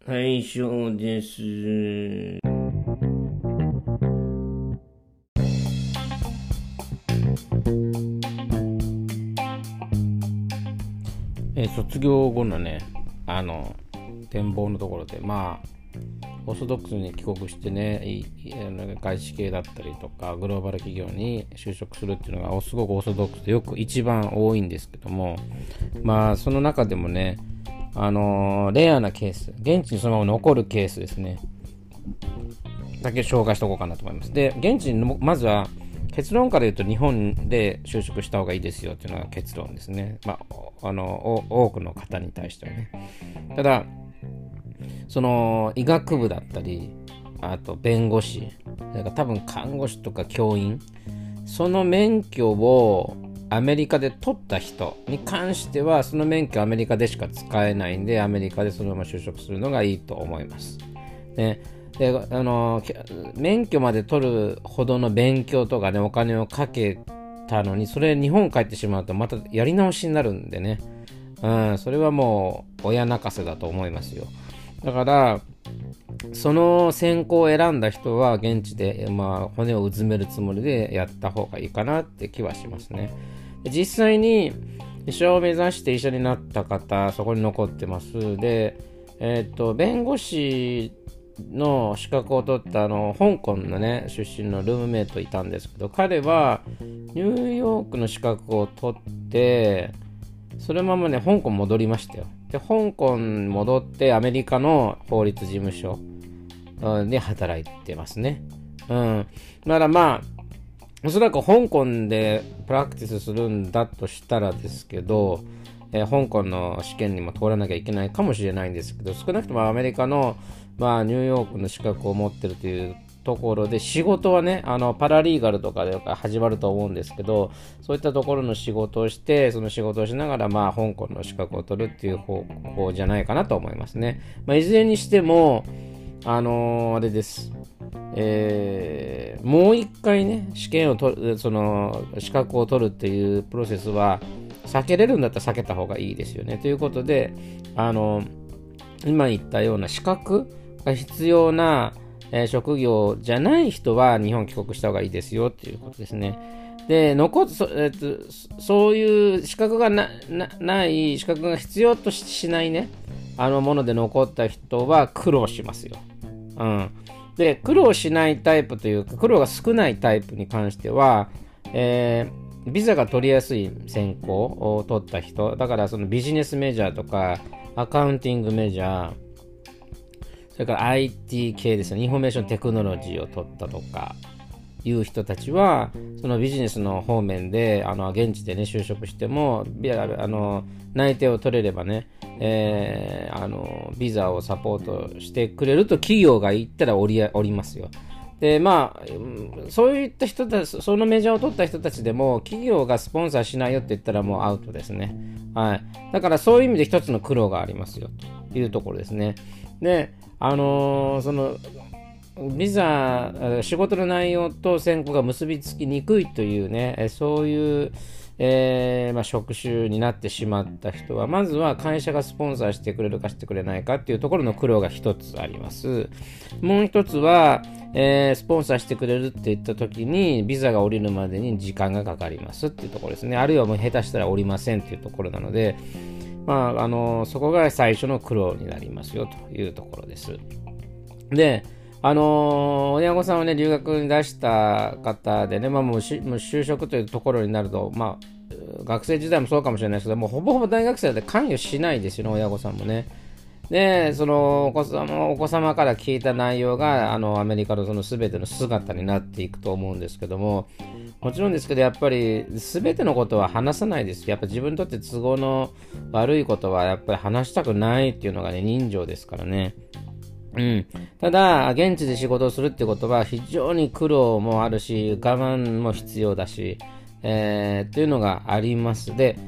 はい、そうです。卒業後のね、展望のところで、オーソドックスに帰国してね、外資系だったりとか、グローバル企業に就職するっていうのがすごくオーソドックスでよく一番多いんですけども、その中でもね、レアなケース、現地にそのまま残るケースですね、だけ紹介しておこうかなと思います。で、現地にまずは結論から言うと日本で就職した方がいいですよっていうのが結論ですね。多くの方に対してはね。ただ、その医学部だったり、あと弁護士、それから多分看護師とか教員、その免許をアメリカで取った人に関しては、その免許アメリカでしか使えないんで、アメリカでそのまま就職するのがいいと思います。ね、で免許まで取るほどの勉強とかね、お金をかけたのに、それ日本帰ってしまうとまたやり直しになるんでね、それはもう親泣かせだと思いますよ。だからその専攻を選んだ人は現地で、骨をうずめるつもりでやった方がいいかなって気はしますね。実際に医者を目指して医者になった方、そこに残ってます。で、弁護士の資格を取った香港のね出身のルームメイトいたんですけど、彼はニューヨークの資格を取ってそのままね香港戻りましたよ。で、香港戻ってアメリカの法律事務所で働いてますね。だからおそらく香港でプラクティスするんだとしたらですけど、香港の試験にも通らなきゃいけないかもしれないんですけど、少なくともアメリカの、ニューヨークの資格を持ってるというところで、仕事はね、パラリーガルとかで始まると思うんですけど、そういったところの仕事をして、その仕事をしながら、香港の資格を取るっていう方法じゃないかなと思いますね。いずれにしても、あれです。もう一回ね、試験を取る、その資格を取るっていうプロセスは、避けれるんだったら避けた方がいいですよね。ということで、今言ったような資格が必要な、職業じゃない人は日本帰国した方がいいですよっていうことですね。で、そういう資格がない資格が必要としないね、もので残った人は苦労しますよ。で、苦労しないタイプというか、苦労が少ないタイプに関しては、ビザが取りやすい専攻を取った人、だからそのビジネスメジャーとか、アカウンティングメジャー、それから IT 系ですね、インフォメーションテクノロジーを取ったとかいう人たちは、そのビジネスの方面で現地でね就職しても内定を取れればね、ビザをサポートしてくれると企業が言ったらおりますよ。で、そういった人たち、そのメジャーを取った人たちでも企業がスポンサーしないよって言ったらもうアウトですね。だからそういう意味で一つの苦労がありますよというところですね。で、そのビザ、仕事の内容と選考が結びつきにくいというね、そういう、職種になってしまった人は、まずは会社がスポンサーしてくれるかしてくれないかっていうところの苦労が一つあります。もう一つは、スポンサーしてくれるって言った時にビザが降りるまでに時間がかかりますっていうところですね。あるいはもう下手したら降りませんっていうところなので、そこが最初の苦労になりますよというところです。で、親御さんをね留学に出した方でね、もう就職というところになると、学生時代もそうかもしれないですけど、もうほぼほぼ大学生で関与しないですよね、親御さんもね。で、そのお子様から聞いた内容がアメリカのその全ての姿になっていくと思うんですけども、もちろんですけど、やっぱり全てのことは話さないです。やっぱ自分にとって都合の悪いことはやっぱり話したくないっていうのがね、人情ですからね。ただ、現地で仕事をするってことは非常に苦労もあるし、我慢も必要だし、というのがあります。で、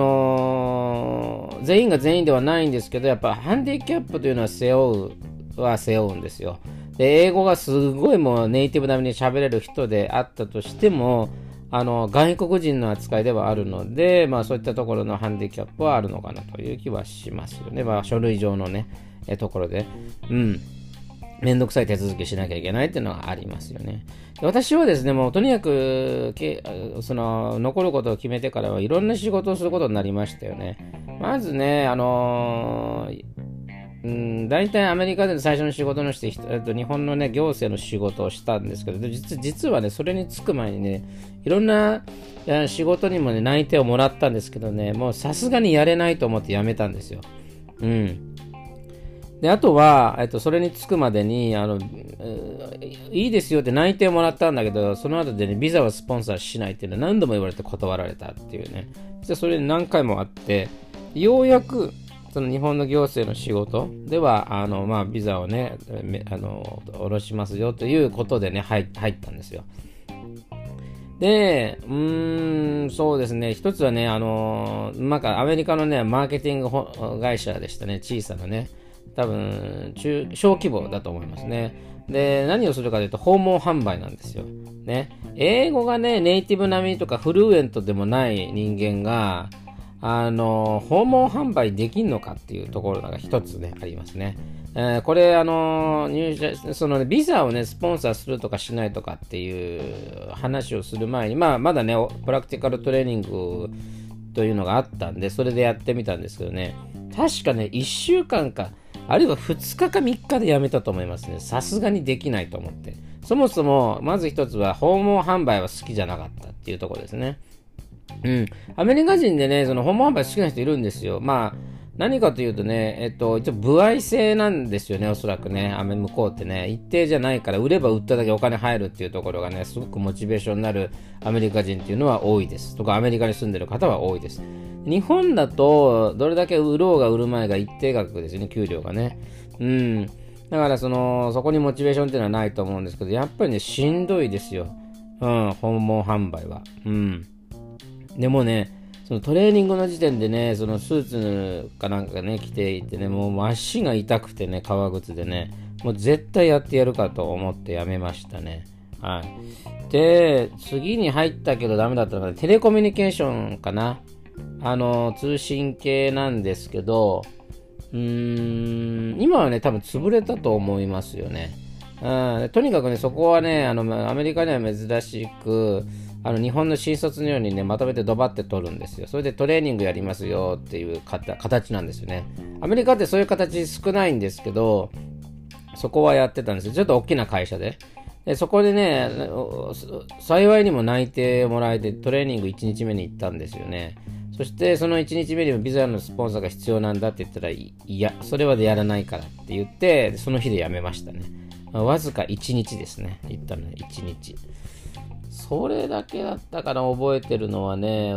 全員が全員ではないんですけど、やっぱハンディキャップというのは背負うんですよ。で、英語がすごいもうネイティブ並みに喋れる人であったとしても、外国人の扱いではあるので、そういったところのハンディキャップはあるのかなという気はしますよね。書類上のね、 ところで。めんどくさい手続きしなきゃいけないっていうのがありますよね。私はですね、もうとにかく残ることを決めてからはいろんな仕事をすることになりましたよね。まずね、大体アメリカでの最初の仕事のして、日本のね、行政の仕事をしたんですけど、実はね、それに就く前にね、いろんな仕事にもね、内定をもらったんですけどね、もうさすがにやれないと思って辞めたんですよ。で、あとは、それに着くまでに、いいですよって内定をもらったんだけど、その後でね、ビザはスポンサーしないっていうのは何度も言われて断られたっていうね。実はそれ何回もあって、ようやく、その日本の行政の仕事では、ビザをね、下ろしますよということでね、入ったんですよ。で、そうですね。一つはね、アメリカのね、マーケティング会社でしたね。小さなね。多分小規模だと思いますね。で、何をするかというと訪問販売なんですよ。ね。英語がね、ネイティブ並みとかフルエントでもない人間が、訪問販売できんのかっていうところが一つね、ありますね。これ、ビザをね、スポンサーするとかしないとかっていう話をする前に、まだね、プラクティカルトレーニングというのがあったんで、それでやってみたんですけどね、確かね、1週間か、あるいは2日か3日でやめたと思いますね。さすがにできないと思って。そもそも、まず一つは訪問販売は好きじゃなかったっていうところですね。アメリカ人でね、その訪問販売好きな人いるんですよ。何かというとね、一応、歩合制なんですよね、おそらくね。向こうってね、一定じゃないから、売れば売っただけお金入るっていうところがね、すごくモチベーションになるアメリカ人っていうのは多いです。とか、アメリカに住んでる方は多いです。日本だと、どれだけ売ろうが売る前が一定額ですよね、給料がね。だからそこにモチベーションっていうのはないと思うんですけど、やっぱりね、しんどいですよ。訪問販売は。でもね、そのトレーニングの時点でね、そのスーツかなんかね、着ていてね、もう足が痛くてね、革靴でね、もう絶対やってやるかと思ってやめましたね。はい。で、次に入ったけどダメだったのが、テレコミュニケーションかな。通信系なんですけど、今はね、多分潰れたと思いますよね。とにかくね、そこはね、アメリカでは珍しく、日本の新卒のようにね、まとめてドバって取るんですよ。それでトレーニングやりますよっていう形なんですよね。アメリカってそういう形少ないんですけど、そこはやってたんですよ。ちょっと大きな会社で。でそこでね、幸いにも内定をもらえてトレーニング1日目に行ったんですよね。そしてその1日目にもビザのスポンサーが必要なんだって言ったら、いや、それはやらないからって言って、その日で辞めましたね。わずか1日ですね。行ったの1日。それだけだったから覚えてるのはね、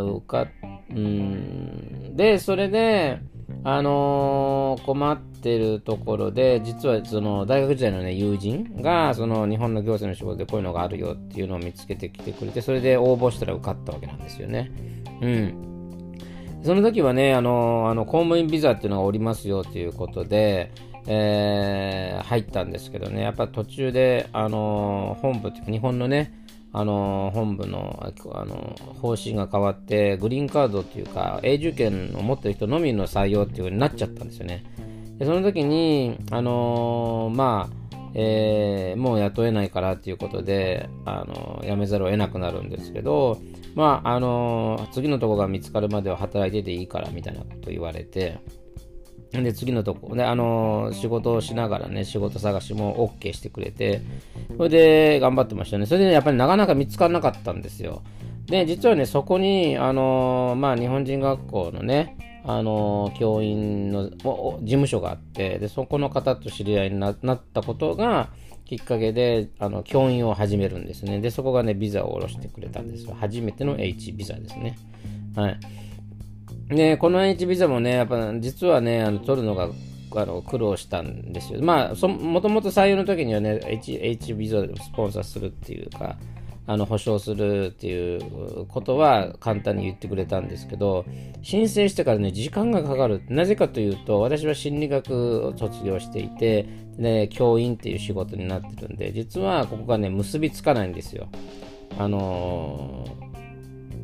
で、それで、困ってるところで、実はその大学時代のね、友人が、その日本の行政の仕事でこういうのがあるよっていうのを見つけてきてくれて、それで応募したら受かったわけなんですよね。その時はね、公務員ビザっていうのがおりますよということで、入ったんですけどね、やっぱ途中で、本部っていうか日本のね、本部の、方針が変わって、グリーンカードっていうか、永住権を持ってる人のみの採用っていう風になっちゃったんですよね。でその時に、もう雇えないからっていうことで、辞めざるを得なくなるんですけど、次のとこが見つかるまでは働いてていいからみたいなこと言われて、で、次のとこで、仕事をしながらね、仕事探しも OK してくれて、それで頑張ってましたね。それで、ね、やっぱりなかなか見つからなかったんですよ。で、実はね、そこに、日本人学校のね、教員の事務所があって、で、そこの方と知り合いになったことがきっかけで、教員を始めるんですね。で、そこがね、ビザを下ろしてくれたんですよ。初めての H ビザですね。はい。で、この H ビザもね、やっぱ実はね、取るのが苦労したんですよ。もともと採用の時にはね、H ビザでスポンサーするっていうか、保証するっていうことは簡単に言ってくれたんですけど、申請してからね、時間がかかる。なぜかというと、私は心理学を卒業していて、で、教員っていう仕事になってるんで、実はここがね、結びつかないんですよ。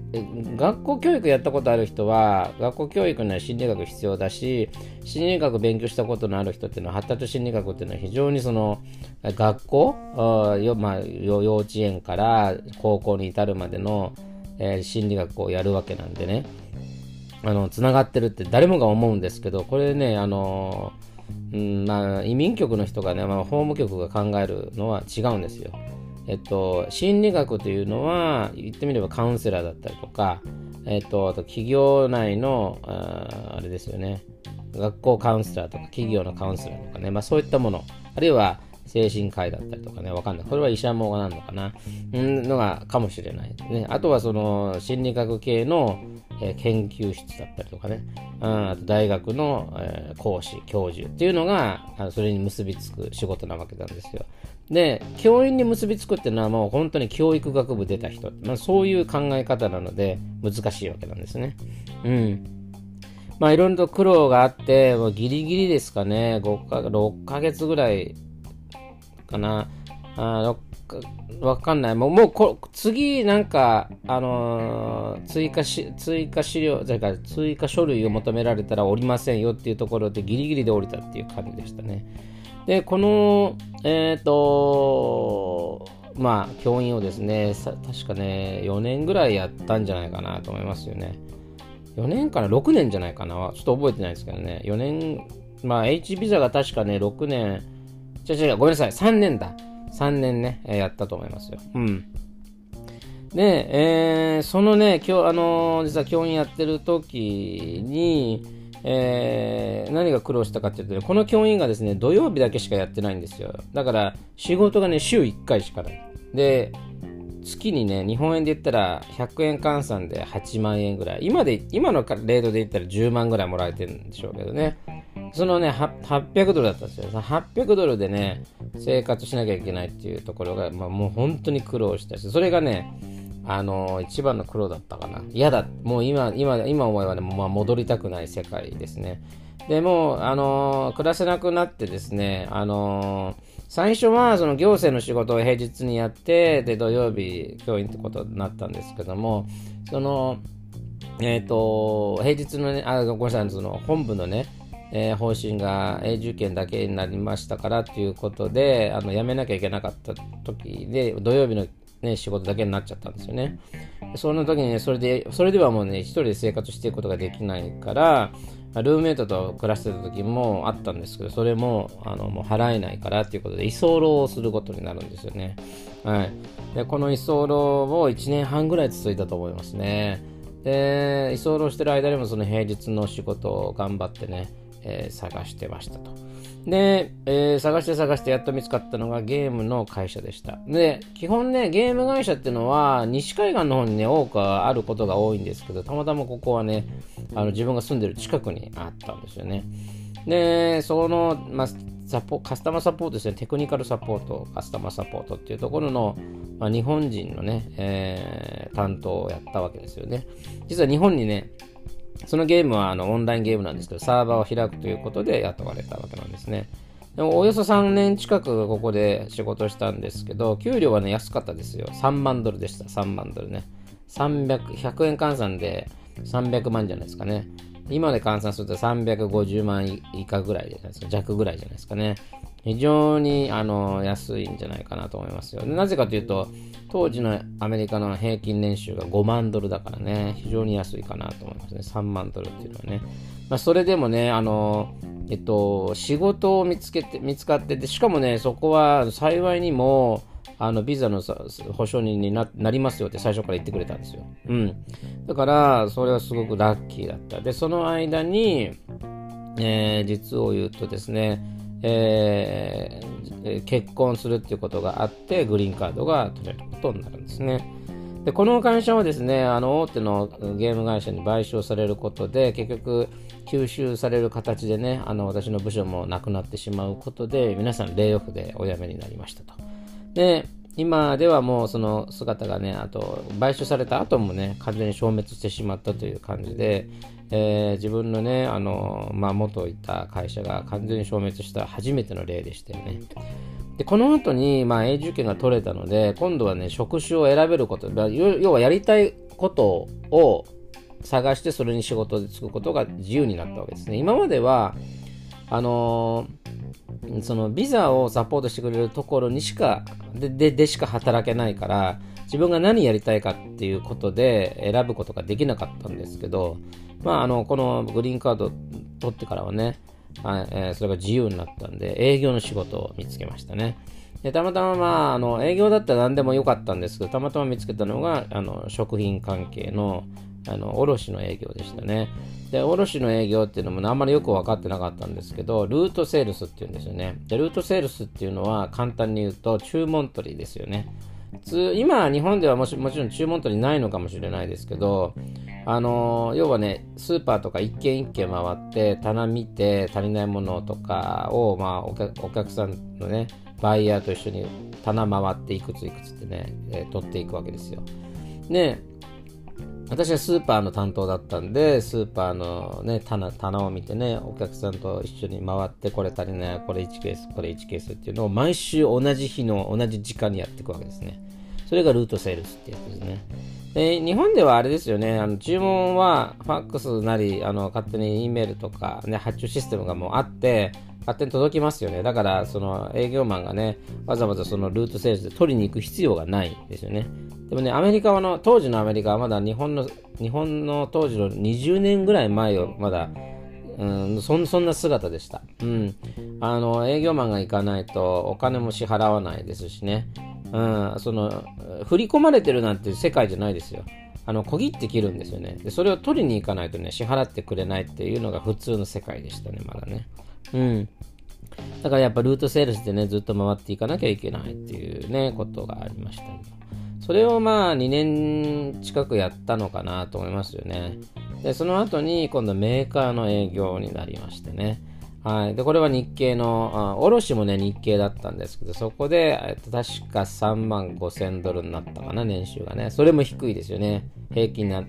学校教育やったことある人は、学校教育には心理学必要だし、心理学勉強したことのある人っていうのは、発達心理学っていうのは非常にその学校、幼稚園から高校に至るまでの、心理学をやるわけなんでね、つながってるって誰もが思うんですけど、これね、移民局の人がね、法務局が考えるのは違うんですよ。心理学というのは言ってみればカウンセラーだったりとか、あと企業内のあれですよね、学校カウンセラーとか企業のカウンセラーとかね、そういったもの、あるいは精神科医だったりとかね、わかんない。これは医者もなんのかな、のがかもしれないね。あとはその心理学系の、研究室だったりとかね、あと大学の、講師、教授っていうのがそれに結びつく仕事なわけなんですよ。で、教員に結びつくっていうのはもう本当に教育学部出た人、そういう考え方なので難しいわけなんですね。いろいろと苦労があって、もうギリギリですかね、6ヶ月ぐらいかな、わかんない。もう次なんか、追加資料、追加書類を求められたら降りませんよっていうところでギリギリで降りたっていう感じでしたね。で、この、教員をですね、確かね、4年ぐらいやったんじゃないかなと思いますよね。4年かな ?6 年じゃないかな、ちょっと覚えてないですけどね。4年、H ビザが確かね、6年、ごめんなさい、3年だ。3年ね、やったと思いますよ。で、そのね、実は教員やってる時に、何が苦労したかっていうとね、この教員がですね、土曜日だけしかやってないんですよ。だから仕事がね、週1回しかない。で、月にね、日本円で言ったら100円換算で8万円ぐらい。今のレートで言ったら10万ぐらいもらえてるんでしょうけどね。そのね、800ドルだったんですよ。800ドルでね、生活しなきゃいけないっていうところが、もう本当に苦労したし、それがね、一番の苦労だったかな。嫌だ。もう今思えばね、戻りたくない世界ですね。でも暮らせなくなってですね、最初はその行政の仕事を平日にやって、で、土曜日教員ってことになったんですけども、その、平日のね、ごめんなさい、その本部のね、方針が永住権だけになりましたからということで、辞めなきゃいけなかった時で、土曜日のね、仕事だけになっちゃったんですよね。その時にね、それではもうね、一人で生活していくことができないから、ルームメイトと暮らしてた時もあったんですけど、それももう払えないからということで居候をすることになるんですよね。はい。で、この居候を1年半ぐらい続いたと思いますね。で、居候してる間にもその平日の仕事を頑張ってね、探してましたと。で、探してやっと見つかったのがゲームの会社でした。で、基本ね、ゲーム会社っていうのは西海岸の方にね、多くあることが多いんですけど、たまたまここはね、自分が住んでる近くにあったんですよね。で、その、カスタマーサポートですね、テクニカルサポート、カスタマーサポートっていうところの、日本人のね、担当をやったわけですよね。実は日本にね、そのゲームはオンラインゲームなんですけど、サーバーを開くということで雇われたわけなんですね。でもおよそ3年近くここで仕事したんですけど、給料はね、安かったですよ。3万ドルでした。3万ドルね。100円換算で300万じゃないですかね。今で換算すると350万以下ぐらいじゃないですか。弱ぐらいじゃないですかね。非常に安いんじゃないかなと思いますよ。なぜかというと、当時のアメリカの平均年収が5万ドルだからね、非常に安いかなと思いますね。3万ドルっていうのはね。それでもね、仕事を見つかってて、しかもね、そこは幸いにも、ビザの保証人になりますよって最初から言ってくれたんですよ。だから、それはすごくラッキーだった。で、その間に、実を言うとですね、結婚するっていうことがあってグリーンカードが取れることになるんですね。で、この会社はですね、大手のゲーム会社に買収されることで結局吸収される形でね、私の部署もなくなってしまうことで皆さんレイオフでお辞めになりましたと。で、今ではもうその姿がね、あと買収された後もね、完全に消滅してしまったという感じで、自分のね、元いた会社が完全に消滅した初めての例でしたよね。で、この後に、永住権が取れたので、今度はね、職種を選べること、要はやりたいことを探してそれに仕事で就くことが自由になったわけですね。今まではそのビザをサポートしてくれるところにしかでしか働けないから、自分が何やりたいかっていうことで選ぶことができなかったんですけど、このグリーンカード取ってからはね、それが自由になったんで営業の仕事を見つけましたね。でたまたま営業だったら何でもよかったんですけど、たまたま見つけたのが食品関係の卸の営業でしたね。で卸の営業っていうのもあんまりよく分かってなかったんですけど、ルートセールスっていうんですよね。でルートセールスっていうのは簡単に言うと注文取りですよね。今日本ではもちろん注文取りないのかもしれないですけど、要はね、スーパーとか一軒一軒回って棚見て足りないものとかを、お客さんのねバイヤーと一緒に棚回っていくつってね、取っていくわけですよ。で私はスーパーの担当だったんで、スーパーの、ね、棚を見てね、お客さんと一緒に回って、これ足りない、これ1ケース、これ1ケースっていうのを毎週同じ日の同じ時間にやっていくわけですね。それがルートセールスってやつですね。で日本ではあれですよね、注文はファックスなり勝手に E メールとか、ね、発注システムがもうあって勝手に届きますよね。だからその営業マンがね、わざわざそのルートセールスで取りに行く必要がないですよね。でもね、当時のアメリカはまだ日本の当時の20年ぐらい前をまだ、そんな姿でした。営業マンが行かないとお金も支払わないですしね。振り込まれてるなんて世界じゃないですよ。小切って切るんですよね。でそれを取りに行かないとね、支払ってくれないっていうのが普通の世界でしたね、まだね。だからやっぱルートセールスでね、ずっと回っていかなきゃいけないっていうね、ことがありました。それを2年近くやったのかなと思いますよね。でその後に今度メーカーの営業になりましてね。でこれは日系の卸もね日系だったんですけど、そこで、確か3万5000ドルになったかな、年収がね。それも低いですよね。平均が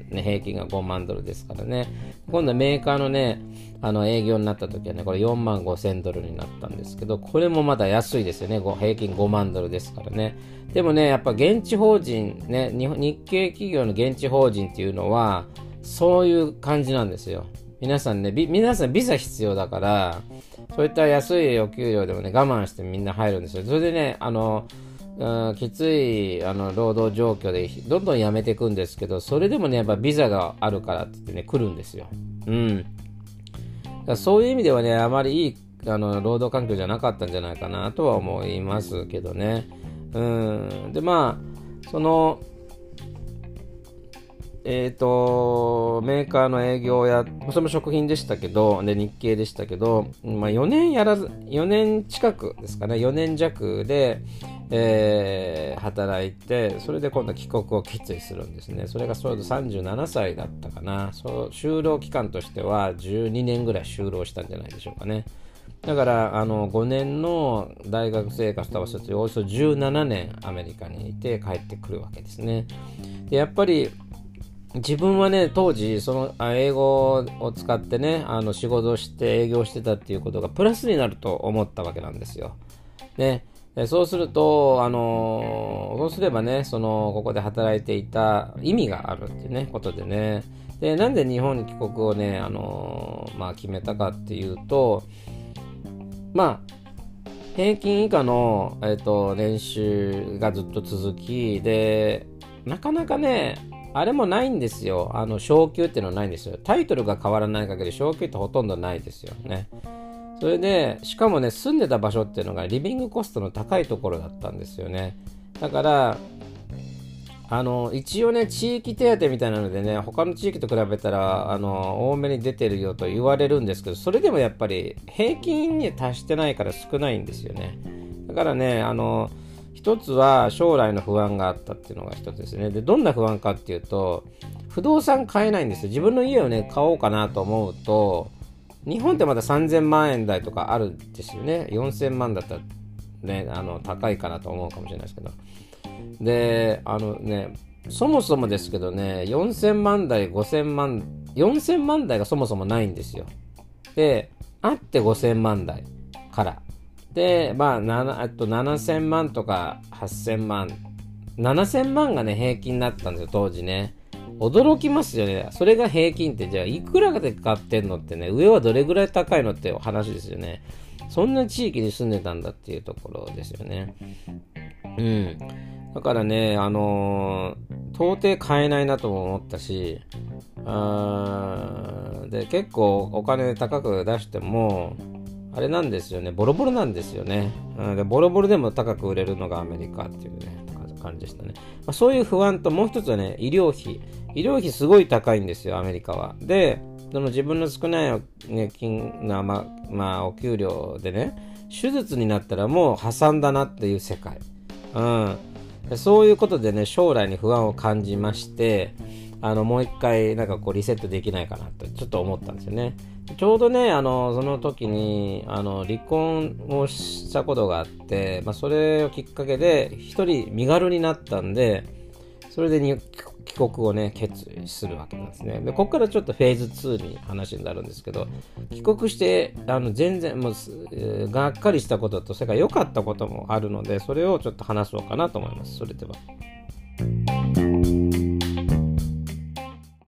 5万ドルですからね。今度はメーカーのね営業になった時はね、これ4万5000ドルになったんですけど、これもまだ安いですよね。平均5万ドルですからね。でもね、やっぱ現地法人ね、日系企業の現地法人っていうのはそういう感じなんですよ。皆さんビザ必要だから、そういった安いお給料でもね我慢してみんな入るんですよ。それでねきつい労働状況でどんどん辞めていくんですけど、それでもねやっぱビザがあるからって言ってね来るんですよ。だからそういう意味ではね、あまりいい労働環境じゃなかったんじゃないかなとは思いますけどね。でそのメーカーの営業や、それも食品でしたけど、で日系でしたけど、4年近くですかね、4年弱で、働いて、それで今度帰国を決意するんですね。それがちょうど37歳だったかな。就労期間としては12年ぐらい就労したんじゃないでしょうかね。だから5年の大学生活と合わせておよそ17年アメリカにいて帰ってくるわけですね。でやっぱり自分はね、当時その英語を使ってね仕事をして営業してたっていうことがプラスになると思ったわけなんですよ。ね、そうするとそうすればね、ここで働いていた意味があるっていうねことでね。でなんで日本に帰国をね決めたかっていうと、平均以下の、年収がずっと続きで、なかなかねあれもないんですよ。昇給っていうのはないんですよ。タイトルが変わらない限り昇給ってほとんどないですよね。それでしかもね、住んでた場所っていうのがリビングコストの高いところだったんですよね。だから一応ね、地域手当みたいなのでね、他の地域と比べたら多めに出てるよと言われるんですけど、それでもやっぱり平均に達してないから少ないんですよね。だからね一つは将来の不安があったっていうのが一つですね。でどんな不安かっていうと、不動産買えないんですよ。自分の家をね買おうかなと思うと、日本ってまだ3000万円台とかあるんですよね。4000万だったらね高いかなと思うかもしれないですけど、でそもそもですけどね、4000万台5000万4000万台がそもそもないんですよ。であって5000万台からで7000万とか8000万7000万がね平均だったんですよ当時ね。 驚きますよね。それが平均って、じゃあいくらで買ってんのってね、上はどれぐらい高いのってお話ですよね。そんな地域に住んでたんだっていうところですよね。うん。だからね、到底買えないなとも思ったし、で、結構お金高く出しても、あれなんですよね、ボロボロなんですよね。でボロボロでも高く売れるのがアメリカっていうね、感じでしたね。そういう不安と、もう一つはね、医療費。医療費すごい高いんですよ、アメリカは。で、その自分の少ない、ね、お給料でね、手術になったらもう破産だなっていう世界。そういうことでね、将来に不安を感じまして、もう一回なんかこうリセットできないかなとちょっと思ったんですよね。ちょうどね、その時に離婚をしたことがあって、それをきっかけで一人身軽になったんで、それで帰国をね決意するわけなんですね。でここからちょっとフェーズ2に話になるんですけど、帰国して全然もう、がっかりしたこととそれから良かったこともあるので、それをちょっと話そうかなと思います。それでは。